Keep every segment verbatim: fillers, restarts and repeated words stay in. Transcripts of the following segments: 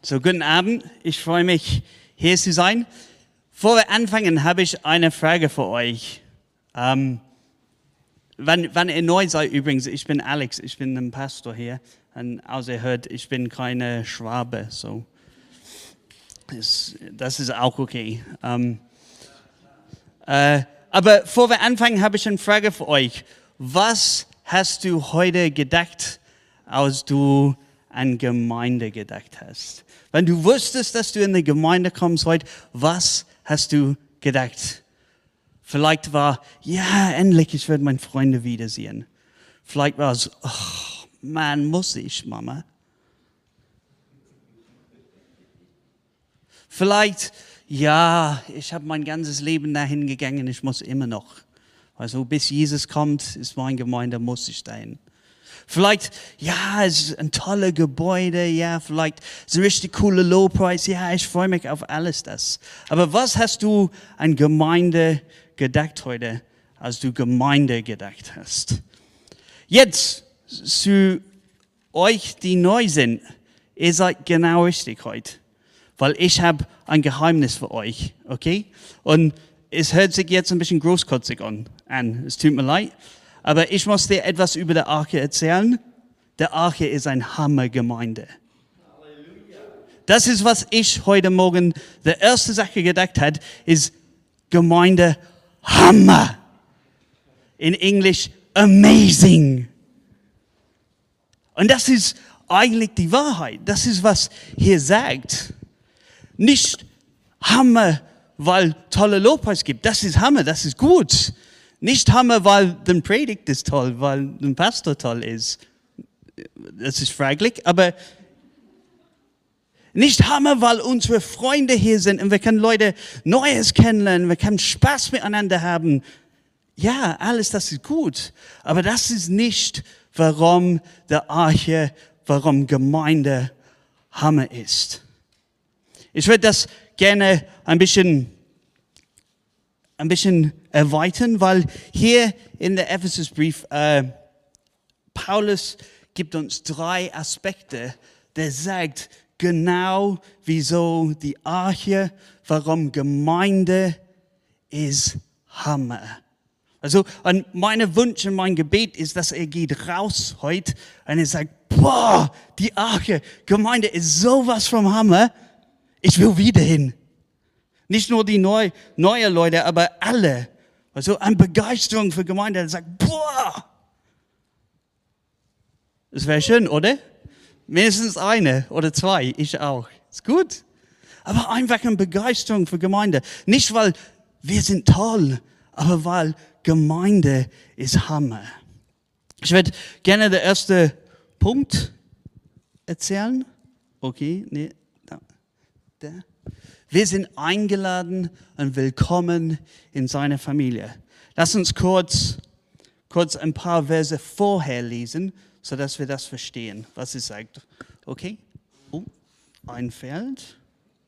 So, guten Abend. Ich freue mich, hier zu sein. Bevor wir anfangen, habe ich eine Frage für euch. Ähm, wenn, wenn ihr neu seid, übrigens, ich bin Alex, ich bin ein Pastor hier. Und als ihr hört, ich bin keine Schwabe, so das, das ist auch okay. Ähm, äh, aber bevor wir anfangen, habe ich eine Frage für euch. Was hast du heute gedacht, als du an Gemeinde gedacht hast? Wenn du wusstest, dass du in die Gemeinde kommst heute, was hast du gedacht? Vielleicht war, ja, endlich, ich werde meine Freunde wiedersehen. Vielleicht war es, oh, Mann, muss ich, Mama. Vielleicht, ja, ich habe mein ganzes Leben dahin gegangen, ich muss immer noch. Also bis Jesus kommt, ist meine Gemeinde, muss ich dahin. Vielleicht, ja, es ist ein tolles Gebäude, ja, vielleicht ist es ein richtig cooler Lowpreis, ja, ich freue mich auf alles das. Aber was hast du an Gemeinde gedacht heute, als du Gemeinde gedacht hast? Jetzt, zu euch, die neu sind, ihr seid genau richtig heute, weil ich habe ein Geheimnis für euch, okay? Und es hört sich jetzt ein bisschen großkotzig an, an. Es tut mir leid. Aber ich muss dir etwas über die Arche erzählen. Die Arche ist eine Hammergemeinde. Das ist, was ich heute Morgen, die erste Sache gedacht habe, ist Gemeinde Hammer. In Englisch amazing. Und das ist eigentlich die Wahrheit. Das ist, was hier sagt. Nicht Hammer, weil tolle Lobpreis gibt. Das ist Hammer, das ist gut. Nicht Hammer, weil der Predigt ist toll, weil der Pastor toll ist. Das ist fraglich, aber nicht Hammer, weil unsere Freunde hier sind und wir können Leute Neues kennenlernen, wir können Spaß miteinander haben. Ja, alles das ist gut, aber das ist nicht, warum der Arche, warum Gemeinde Hammer ist. Ich würde das gerne ein bisschen ein bisschen erweitern, weil hier in der Ephesusbrief, äh, Paulus gibt uns drei Aspekte, der sagt genau, wieso die Arche, warum Gemeinde ist Hammer. Also, und mein Wunsch und mein Gebet ist, dass er geht raus heute und er sagt, boah, die Arche, Gemeinde ist sowas vom Hammer, ich will wieder hin. Nicht nur die neu, neue Leute, aber alle. Also eine Begeisterung für Gemeinde, der sagt, boah! Das wäre schön, oder? Mindestens eine oder zwei, ich auch. Ist gut. Aber einfach eine Begeisterung für Gemeinde. Nicht, weil wir sind toll, aber weil Gemeinde ist Hammer. Ich würde gerne den ersten Punkt erzählen. Okay, nee, da, da. Wir sind eingeladen und willkommen in seiner Familie. Lass uns kurz, kurz ein paar Verse vorher lesen, sodass wir das verstehen, was es sagt. Okay? Oh, ein Feld.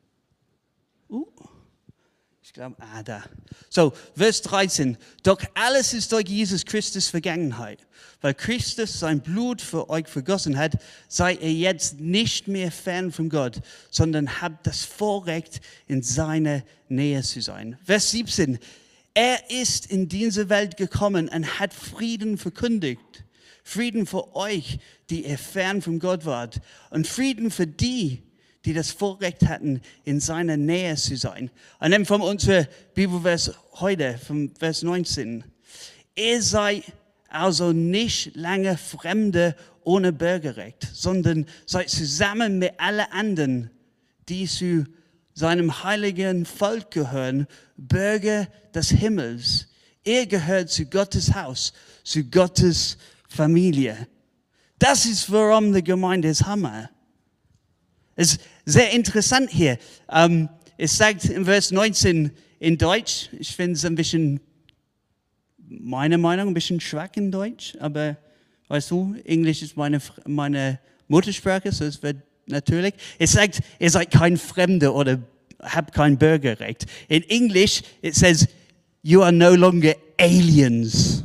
Oh, ich glaube, ah, da. So, Vers dreizehn. Doch alles ist durch Jesus Christus Vergangenheit. Weil Christus sein Blut für euch vergossen hat, seid ihr jetzt nicht mehr fern von Gott, sondern habt das Vorrecht, in seiner Nähe zu sein. Vers siebzehn. Er ist in diese Welt gekommen und hat Frieden verkündigt. Frieden für euch, die ihr fern von Gott wart. Und Frieden für die, die das Vorrecht hatten, in seiner Nähe zu sein. Und dann von unserem Bibelvers heute, vom Vers neunzehn. Ihr seid also nicht lange Fremde ohne Bürgerrecht, sondern seid zusammen mit allen anderen, die zu seinem heiligen Volk gehören, Bürger des Himmels. Ihr gehört zu Gottes Haus, zu Gottes Familie. Das ist, warum die Gemeinde ist Hammer. Es ist sehr interessant hier. Ähm, es sagt im Vers neunzehn in Deutsch, ich finde es ein bisschen, meine Meinung, ein bisschen schwach in Deutsch, aber weißt du, Englisch ist meine, meine Muttersprache, so es wird natürlich. Es sagt, ihr seid kein Fremder oder habt kein Bürgerrecht. In Englisch, it says, you are no longer aliens.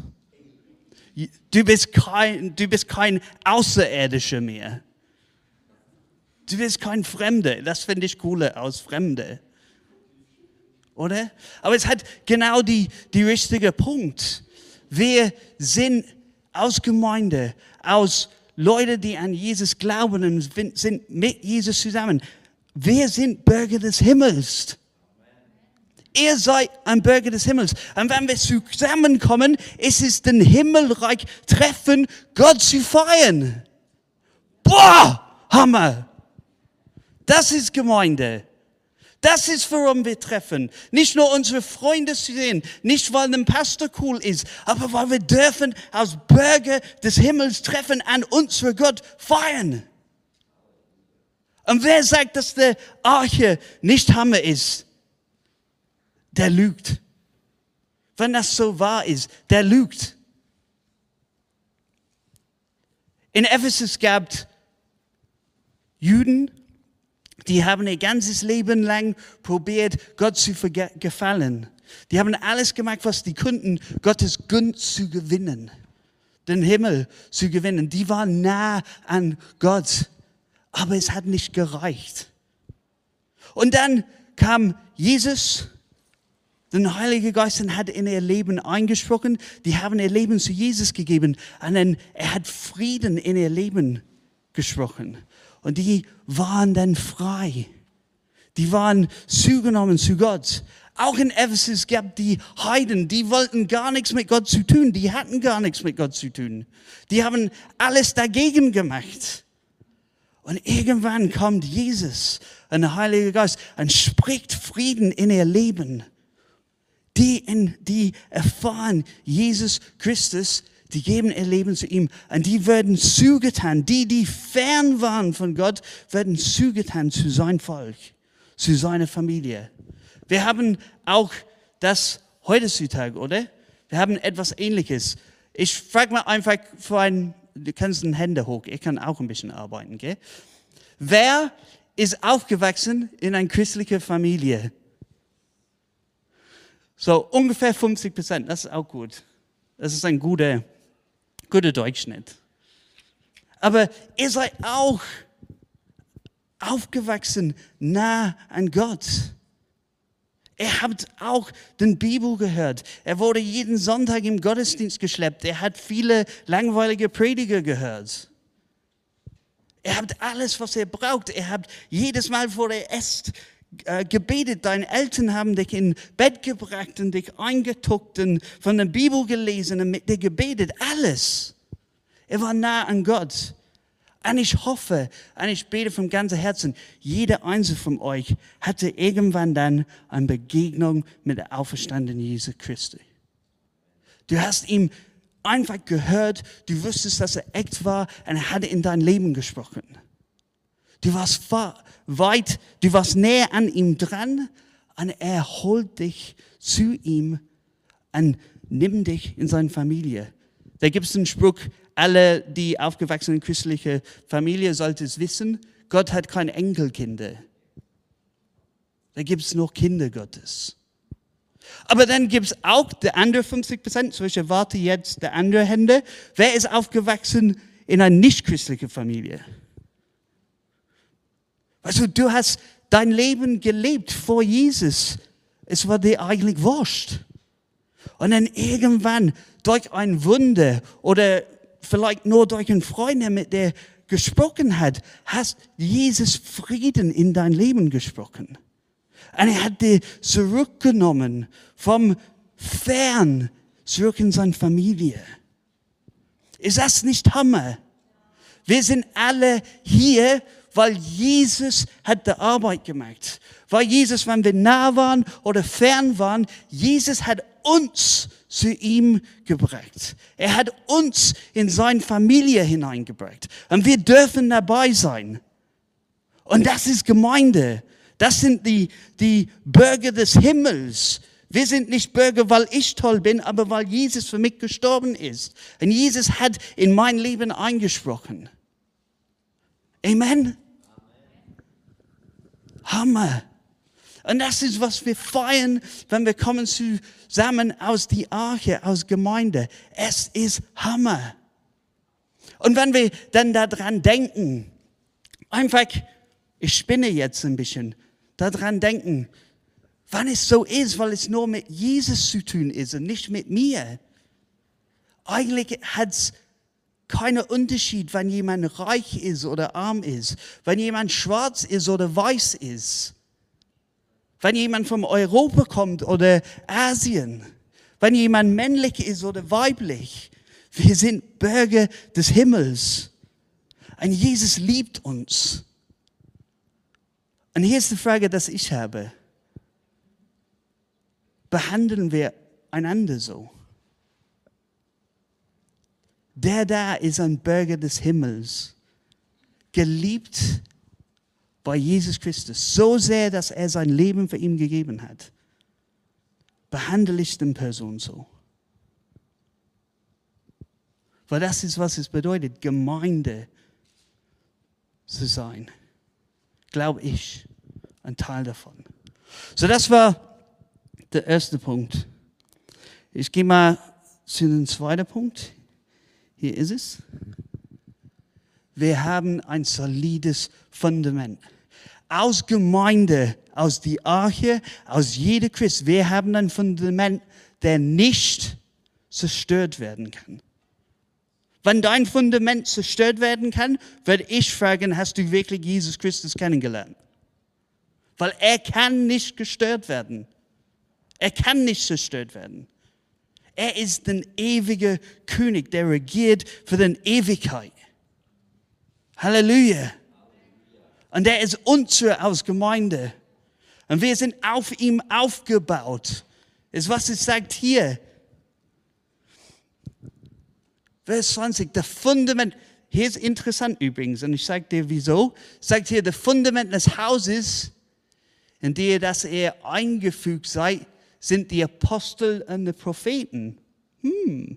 Du bist kein, du bist kein Außerirdischer mehr. Du bist kein Fremder. Das finde ich cooler als Fremde. Oder? Aber es hat genau die, die richtige Punkt. Wir sind aus Gemeinde, aus Leute, die an Jesus glauben und sind mit Jesus zusammen. Wir sind Bürger des Himmels. Ihr seid ein Bürger des Himmels. Und wenn wir zusammenkommen, ist es den Himmelreich treffen, Gott zu feiern. Boah, Hammer. Das ist Gemeinde. Das ist, warum wir treffen. Nicht nur unsere Freunde zu sehen, nicht weil ein Pastor cool ist, aber weil wir dürfen als Bürger des Himmels treffen, an unsere Gott feiern. Und wer sagt, dass der Arche nicht Hammer ist, der lügt. Wenn das so wahr ist, der lügt. In Ephesus gab es Juden, die haben ihr ganzes Leben lang probiert, Gott zu gefallen. Die haben alles gemacht, was die konnten, Gottes Gunst zu gewinnen, den Himmel zu gewinnen. Die waren nah an Gott, aber es hat nicht gereicht. Und dann kam Jesus, der Heilige Geist, und hat in ihr Leben eingesprochen. Die haben ihr Leben zu Jesus gegeben. Und dann, er hat Frieden in ihr Leben gesprochen. Und die waren dann frei. Die waren zugenommen zu Gott. Auch in Ephesus gab es die Heiden, die wollten gar nichts mit Gott zu tun. Die hatten gar nichts mit Gott zu tun. Die haben alles dagegen gemacht. Und irgendwann kommt Jesus, ein Heiliger Geist, und spricht Frieden in ihr Leben. Die, in, die erfahren Jesus Christus, die geben ihr Leben zu ihm und die werden zugetan. Die, die fern waren von Gott, werden zugetan zu seinem Volk, zu seiner Familie. Wir haben auch das heutzutage, oder? Wir haben etwas Ähnliches. Ich frage mal einfach für ein, du kannst den Hände hoch, ich kann auch ein bisschen arbeiten, gell? Wer ist aufgewachsen in einer christlichen Familie? So ungefähr fünfzig Prozent, das ist auch gut. Das ist ein guter, guter Durchschnitt. Aber ihr seid auch aufgewachsen nah an Gott. Ihr habt auch den Bibel gehört. Er wurde jeden Sonntag im Gottesdienst geschleppt. Er hat viele langweilige Prediger gehört. Ihr habt alles, was ihr braucht. Ihr habt jedes Mal, vor ihr esst, äh, gebetet. Deine Eltern haben dich ins Bett gebracht und dich eingetuckt und von der Bibel gelesen und mit dir gebetet. Alles. Er war nah an Gott. Und ich hoffe, und ich bete vom ganzen Herzen, jeder einzelne von euch hatte irgendwann dann eine Begegnung mit der auferstandenen Jesus Christi. Du hast ihm einfach gehört, du wusstest, dass er echt war und er hatte in dein Leben gesprochen. Du warst weit, du warst näher an ihm dran und er holt dich zu ihm und nimmt dich in seine Familie. Da gibt es einen Spruch, alle, die aufgewachsen in christlicher Familie, sollten es wissen, Gott hat keine Enkelkinder. Da gibt es noch Kinder Gottes. Aber dann gibt es auch die anderen fünfzig Prozent, so ich erwarte jetzt die andere Hände. Wer ist aufgewachsen in einer nicht-christlichen Familie? Also du hast dein Leben gelebt vor Jesus. Es war dir eigentlich wurscht. Und dann irgendwann durch ein Wunder oder vielleicht nur durch einen Freund, der mit dir gesprochen hat, hast Jesus Frieden in dein Leben gesprochen. Und er hat dich zurückgenommen vom Fern zurück in seine Familie. Ist das nicht Hammer? Wir sind alle hier, weil Jesus hat die Arbeit gemacht. Weil Jesus, wenn wir nah waren oder fern waren, Jesus hat uns zu ihm gebracht. Er hat uns in seine Familie hineingebracht. Und wir dürfen dabei sein. Und das ist Gemeinde. Das sind die, die Bürger des Himmels. Wir sind nicht Bürger, weil ich toll bin, aber weil Jesus für mich gestorben ist. Und Jesus hat in mein Leben eingesprochen. Amen. Hammer. Und das ist, was wir feiern, wenn wir kommen zusammen aus die Arche, aus Gemeinde. Es ist Hammer. Und wenn wir dann daran denken, einfach Ich spinne jetzt ein bisschen. Daran denken, wann es so ist, weil es nur mit Jesus zu tun ist und nicht mit mir. Eigentlich hat es keinen Unterschied, wenn jemand reich ist oder arm ist, wenn jemand schwarz ist oder weiß ist, wenn jemand von Europa kommt oder Asien, wenn jemand männlich ist oder weiblich. Wir sind Bürger des Himmels. Und Jesus liebt uns. Und hier ist die Frage, die ich habe. Behandeln wir einander so? Der da ist ein Bürger des Himmels, geliebt bei Jesus Christus, so sehr, dass er sein Leben für ihn gegeben hat. Behandle ich den Person so? Weil das ist, was es bedeutet, Gemeinde zu sein. Glaube ich, ein Teil davon. So, das war der erste Punkt. Ich gehe mal zu dem zweiten Punkt. Hier ist es. Wir haben ein solides Fundament. Aus Gemeinde, aus die Arche, aus jeder Christ, wir haben ein Fundament, der nicht zerstört werden kann. Wenn dein Fundament zerstört werden kann, werde ich fragen, hast du wirklich Jesus Christus kennengelernt? Weil er kann nicht gestört werden. Er kann nicht zerstört werden. Er ist der ewige König, der regiert für die Ewigkeit. Halleluja. Und er ist unsere als Gemeinde. Und wir sind auf ihm aufgebaut. Das ist, was es sagt hier. Vers zwanzig, das Fundament, hier ist interessant übrigens, und ich sage dir wieso, sagt hier, das Fundament des Hauses, in dem das er eingefügt seid, sind die Apostel und die Propheten. Hm.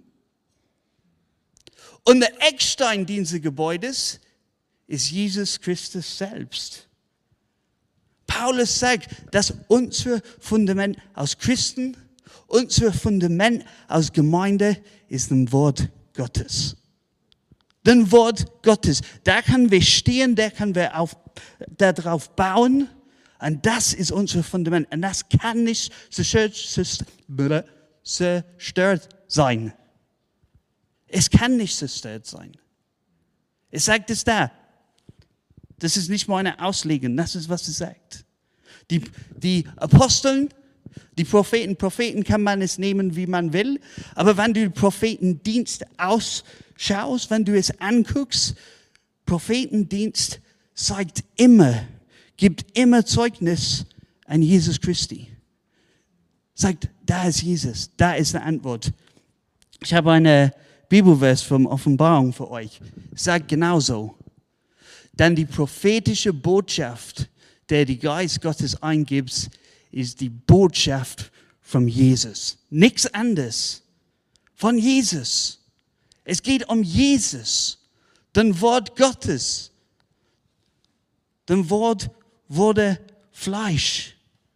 Und der Eckstein dieses Gebäudes ist Jesus Christus selbst. Paulus sagt, dass unser Fundament als Christen, unser Fundament als Gemeinde ist ein Wort Gottes. Das Wort Gottes. Da können wir stehen, da können wir auf, darauf bauen. Und das ist unser Fundament. Und das kann nicht zerstört sein. Es kann nicht zerstört sein. Es sagt es da. Das ist nicht meine Auslegung, das ist, was es sagt. Die, die Aposteln, die Propheten, Propheten kann man es nehmen, wie man will. Aber wenn du den Prophetendienst ausschaust, wenn du es anguckst, Prophetendienst zeigt immer, gibt immer Zeugnis an Jesus Christi. Sagt, da ist Jesus, da ist die Antwort. Ich habe eine Bibelvers von Offenbarung für euch. Sagt genauso. Dann die prophetische Botschaft, der die Geist Gottes eingibt, ist die Botschaft von Jesus. Nichts anderes. Von Jesus. Es geht um Jesus. Das Wort Gottes. Das Wort wurde Fleisch.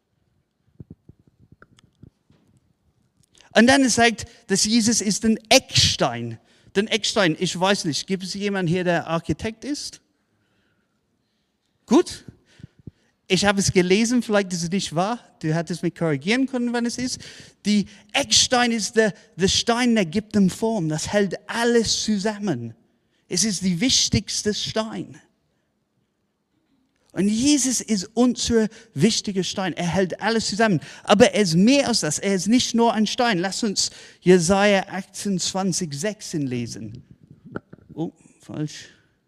Und dann sagt, dass Jesus ist ein Eckstein. Den Eckstein, ich weiß nicht, gibt es jemanden hier, der Architekt ist? Gut. Ich habe es gelesen, vielleicht ist es nicht wahr. Du hättest mich korrigieren können, wenn es ist. Die Eckstein ist der, der Stein, der gibt ihm Form. Das hält alles zusammen. Es ist der wichtigste Stein. Und Jesus ist unser wichtiger Stein. Er hält alles zusammen. Aber er ist mehr als das. Er ist nicht nur ein Stein. Lass uns Jesaja achtundzwanzig, sechs lesen. Oh, falsch.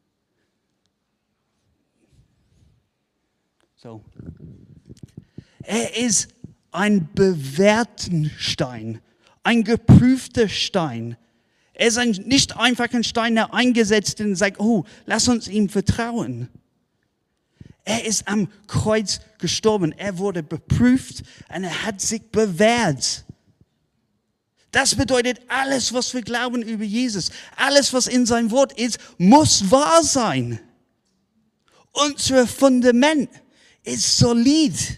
So. Er ist ein bewährter Stein, ein geprüfter Stein. Er ist ein, nicht einfach ein Stein, der eingesetzt ist und sagt, oh, lass uns ihm vertrauen. Er ist am Kreuz gestorben. Er wurde beprüft und er hat sich bewährt. Das bedeutet, alles, was wir glauben über Jesus, alles, was in seinem Wort ist, muss wahr sein. Unser Fundament ist solid.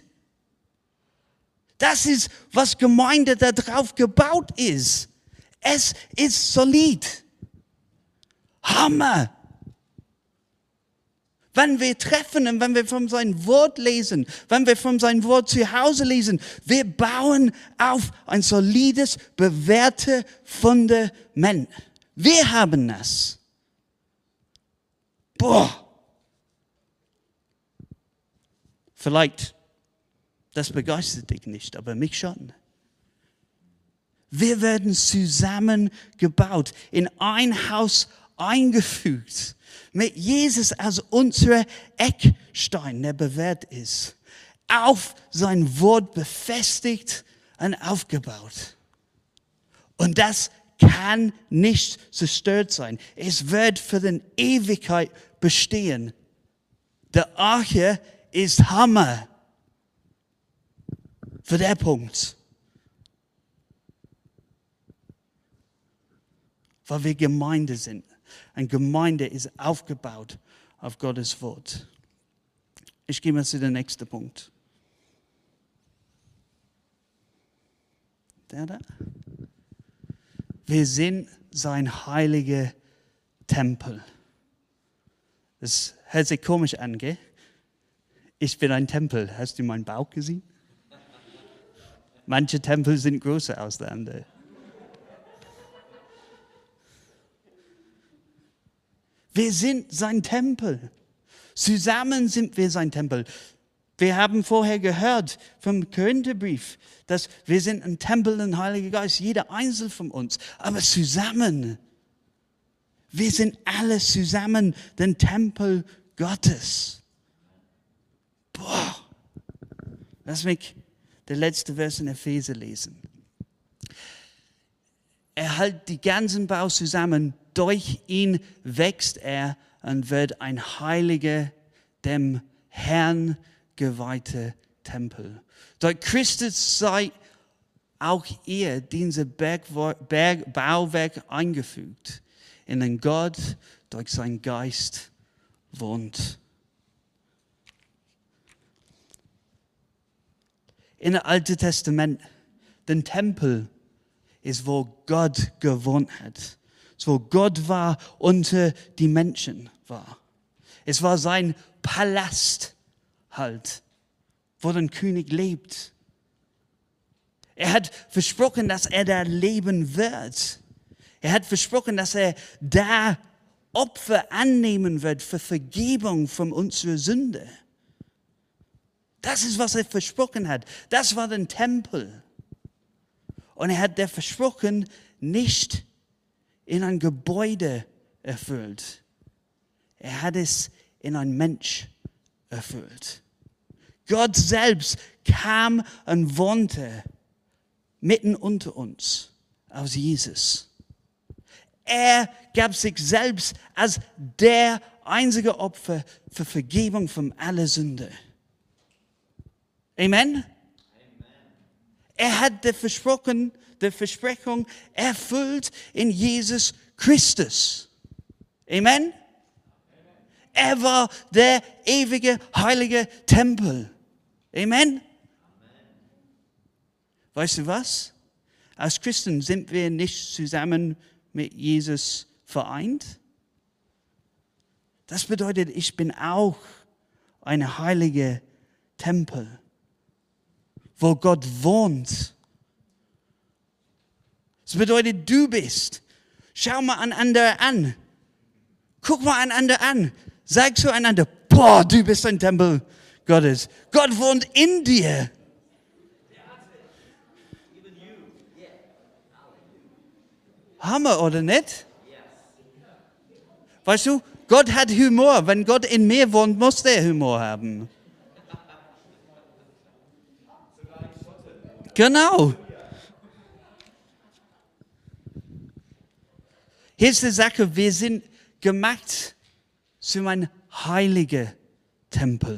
Das ist, was Gemeinde darauf gebaut ist. Es ist solid. Hammer. Wenn wir treffen und wenn wir von seinem Wort lesen, wenn wir von seinem Wort zu Hause lesen, wir bauen auf ein solides, bewährtes Fundament. Wir haben das. Boah. Vielleicht, das begeistert dich nicht, aber mich schon. Wir werden zusammengebaut, in ein Haus eingefügt, mit Jesus als unser Eckstein, der bewährt ist, auf sein Wort befestigt und aufgebaut. Und das kann nicht zerstört sein. Es wird für die Ewigkeit bestehen. Der Arche ist Hammer. Für den Punkt. Weil wir Gemeinde sind. Eine Gemeinde ist aufgebaut auf Gottes Wort. Ich gehe mal zu dem nächsten Punkt. Der da? Wir sind sein heiliger Tempel. Das hört sich komisch an, gell? Ich bin ein Tempel. Hast du meinen Bauch gesehen? Manche Tempel sind größer als der andere. Wir sind sein Tempel. Zusammen sind wir sein Tempel. Wir haben vorher gehört vom Korintherbrief, dass wir sind ein Tempel im Heiligen Geist, jeder einzelne von uns. Aber zusammen, wir sind alle zusammen den Tempel Gottes. Boah, lass mich den letzten Vers in Epheser lesen. Er hält die ganzen Bau zusammen. Durch ihn wächst er und wird ein heiliger, dem Herrn geweihter Tempel. Durch Christus seid auch ihr dieses Bauwerk eingefügt, in den Gott durch seinen Geist wohnt. In dem Alten Testament, den Tempel ist, wo Gott gewohnt hat. Es wo Gott war unter die Menschen war. Es war sein Palast halt, wo der König lebt. Er hat versprochen, dass er da leben wird. Er hat versprochen, dass er da Opfer annehmen wird für Vergebung von unserer Sünde. Das ist, was er versprochen hat. Das war der Tempel. Und er hat der versprochen, nicht in ein Gebäude erfüllt. Er hat es in ein Mensch erfüllt. Gott selbst kam und wohnte mitten unter uns aus Jesus. Er gab sich selbst als der einzige Opfer für Vergebung von aller Sünde. Amen? Amen. Er hat die Versprochen, die Versprechung erfüllt in Jesus Christus. Amen? Amen? Er war der ewige, heilige Tempel. Amen? Amen? Weißt du was? Als Christen sind wir nicht zusammen mit Jesus vereint. Das bedeutet, ich bin auch ein heiliger Tempel, wo Gott wohnt. Das bedeutet, du bist. Schau mal einander an. Guck mal einander an. Sag zueinander, boah, du bist ein Tempel Gottes. Gott wohnt in dir. Hammer, oder nicht? Weißt du, Gott hat Humor. Wenn Gott in mir wohnt, muss der Humor haben. Genau. Hier ist die Sache, wir sind gemacht zu einem heiligen Tempel.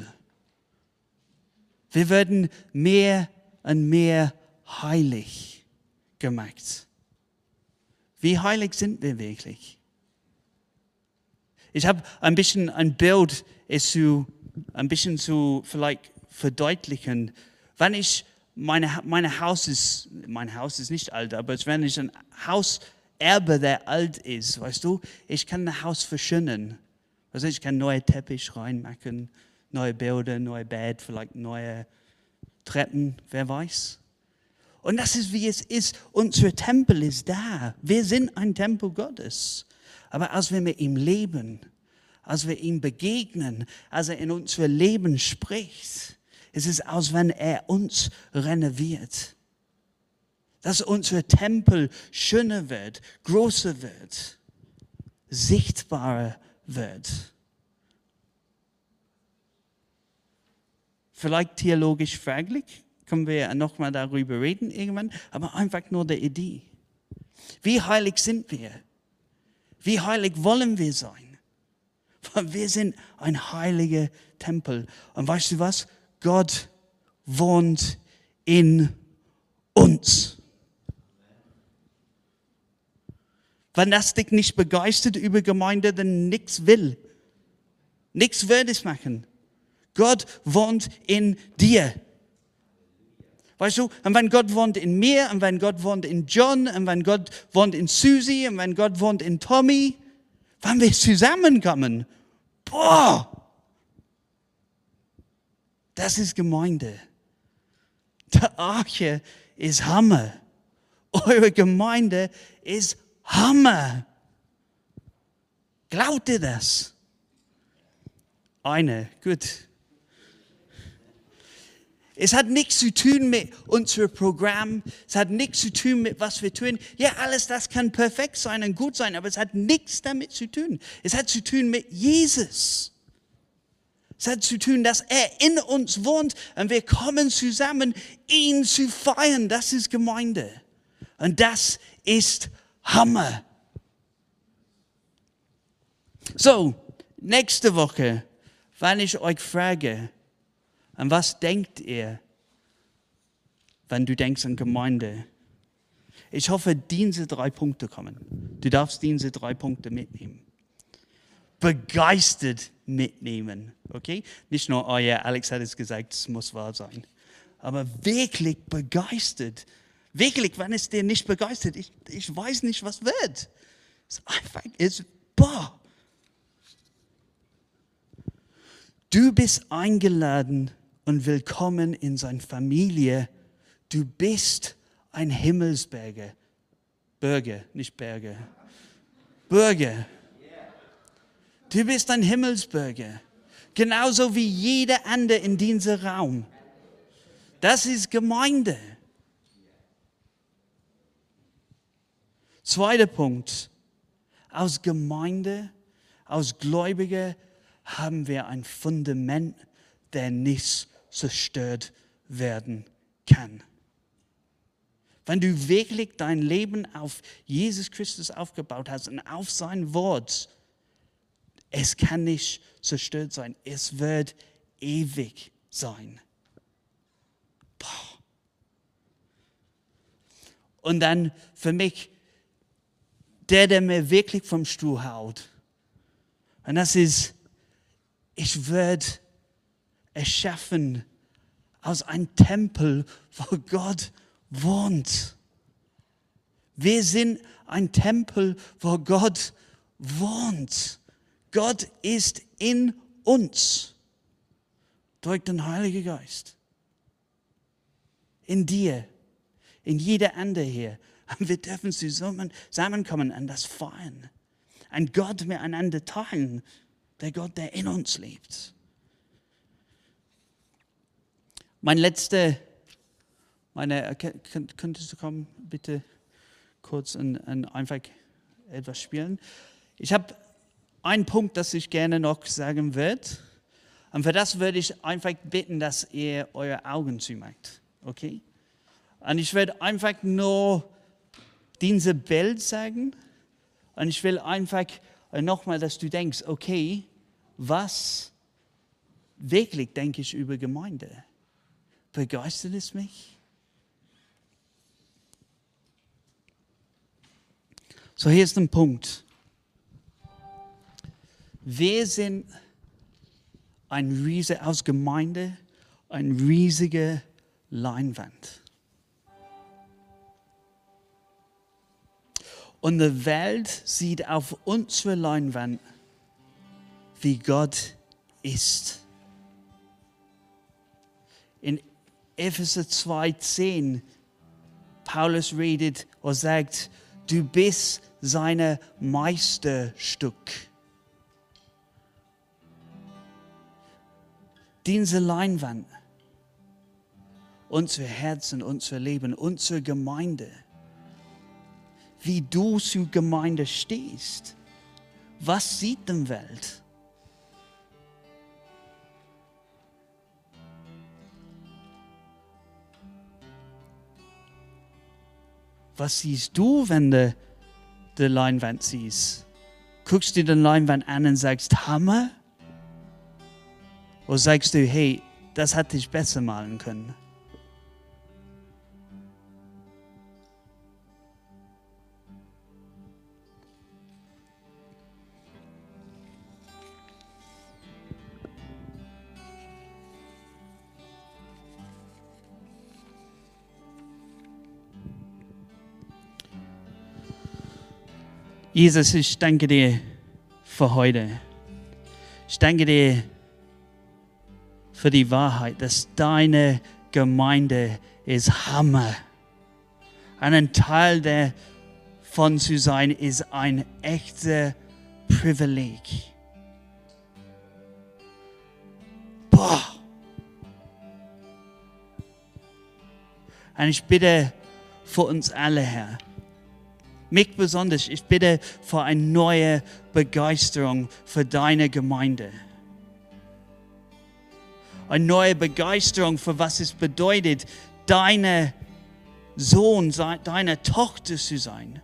Wir werden mehr und mehr heilig gemacht. Wie heilig sind wir wirklich? Ich habe ein bisschen ein Bild, es zu, ein bisschen zu vielleicht verdeutlichen. Wenn ich meine, meine Haus ist, mein Haus ist nicht alt, aber wenn ich ein Hauserbe, der alt ist, weißt du, ich kann ein Haus verschönern. Also ich kann neue Teppich reinmachen, neue Bilder, neue Bett, vielleicht neue Treppen, wer weiß. Und das ist, wie es ist. Unser Tempel ist da. Wir sind ein Tempel Gottes. Aber als wir mit ihm leben, als wir ihm begegnen, als er in unser Leben spricht, ist es, als wenn er uns renoviert. Dass unser Tempel schöner wird, größer wird, sichtbarer wird. Vielleicht theologisch fraglich, können wir nochmal darüber reden irgendwann, aber einfach nur die Idee. Wie heilig sind wir? Wie heilig wollen wir sein? Weil wir sind ein heiliger Tempel. Und weißt du was? Gott wohnt in uns. Wenn das dich nicht begeistert über Gemeinde, dann nichts will. Nichts wird es machen. Gott wohnt in dir. Weißt du, und wenn Gott wohnt in mir, und wenn Gott wohnt in John, und wenn Gott wohnt in Susie, und wenn Gott wohnt in Tommy, wenn wir zusammenkommen, boah, das ist Gemeinde. Der Arche ist Hammer. Eure Gemeinde ist Hammer. Glaubt ihr das? Eine, gut. Es hat nichts zu tun mit unserem Programm. Es hat nichts zu tun mit was wir tun. Ja, alles das kann perfekt sein und gut sein, aber es hat nichts damit zu tun. Es hat zu tun mit Jesus. Es hat zu tun, dass er in uns wohnt und wir kommen zusammen, ihn zu feiern. Das ist Gemeinde. Und das ist Hammer. So, nächste Woche, wenn ich euch frage, an was denkt ihr, wenn du denkst an Gemeinde? Ich hoffe, diese drei Punkte kommen. Du darfst diese drei Punkte mitnehmen. Begeistert mitnehmen, okay? Nicht nur, oh ja, Alex hat es gesagt, es muss wahr sein. Aber wirklich begeistert. Wirklich, wenn es dir nicht begeistert, ich, ich weiß nicht, was wird. Es ist einfach, es, boah. Du bist eingeladen und willkommen in seiner Familie. Du bist ein Himmelsbürger. Bürger, nicht Berger. Bürger. Du bist ein Himmelsbürger. Genauso wie jeder andere in diesem Raum. Das ist Gemeinde. Zweiter Punkt. Aus Gemeinde, aus Gläubigen haben wir ein Fundament, der nicht zerstört werden kann. Wenn du wirklich dein Leben auf Jesus Christus aufgebaut hast und auf sein Wort, es kann nicht zerstört sein. Es wird ewig sein. Boah. Und dann für mich, der, der mir wirklich vom Stuhl haut. Und das ist, ich werde erschaffen aus einem Tempel, wo Gott wohnt. Wir sind ein Tempel, wo Gott wohnt. Gott ist in uns. Durch den Heiligen Geist. In dir. In jeder andere hier. Und wir dürfen zusammenkommen und das feiern. Und Gott miteinander teilen. Der Gott, der in uns lebt. Mein letzter, meine, könntest du kommen, bitte kurz und, und einfach etwas spielen? Ich habe einen Punkt, das ich gerne noch sagen würde. Und für das würde ich einfach bitten, dass ihr eure Augen zumacht. Okay? Und ich werde einfach nur diese Bild sagen. Und ich will einfach nochmal, dass du denkst, okay, was wirklich denke ich über Gemeinde? Begeistert es mich? So, hier ist ein Punkt. Wir sind ein riese, aus Gemeinde, ein riesige Leinwand. Und die Welt sieht auf unsere Leinwand wie Gott ist. In Epheser zwei zehn, Paulus redet und sagt, du bist sein Meisterstück. Diese Leinwand, unser Herzen, unser Leben, unsere Gemeinde, wie du zur Gemeinde stehst, was sieht die Welt? Was siehst du, wenn du die Leinwand siehst? Guckst du die Leinwand an und sagst, Hammer? Oder sagst du, hey, das hätte ich besser malen können? Jesus, ich danke dir für heute. Ich danke dir für die Wahrheit, dass deine Gemeinde ist Hammer. Ein Teil davon zu sein, ist ein echter Privileg. Boah. Und ich bitte für uns alle, Herr, mich besonders, ich bitte für eine neue Begeisterung für deine Gemeinde. Eine neue Begeisterung für was es bedeutet, deine Sohn, deine Tochter zu sein.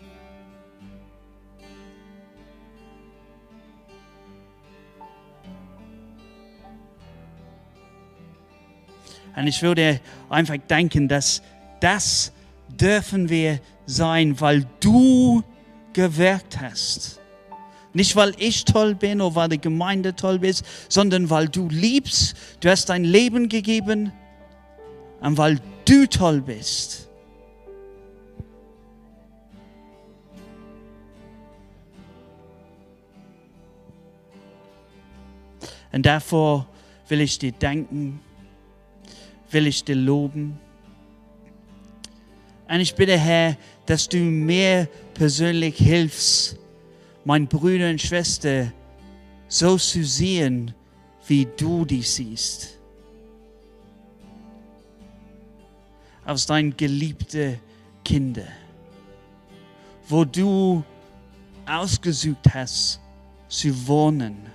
Und ich würde einfach denken, dass das dürfen wir sein, weil du gewirkt hast. Nicht, weil ich toll bin oder weil die Gemeinde toll ist, sondern weil du liebst, du hast dein Leben gegeben und weil du toll bist. Und davor will ich dir danken, will ich dir loben. Und ich bitte, Herr, dass du mir persönlich hilfst, meine Brüder und Schwestern so zu sehen, wie du die siehst. Als deine geliebte Kinder, wo du ausgesucht hast, zu wohnen.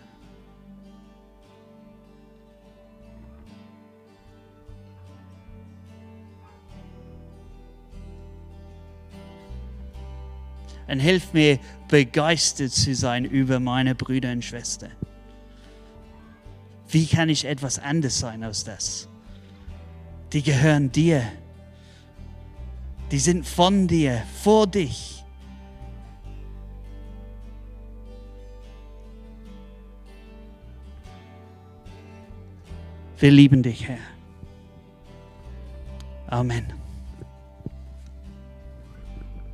Und hilf mir, begeistert zu sein über meine Brüder und Schwestern. Wie kann ich etwas anderes sein als das? Die gehören dir. Die sind von dir, vor dich. Wir lieben dich, Herr. Amen.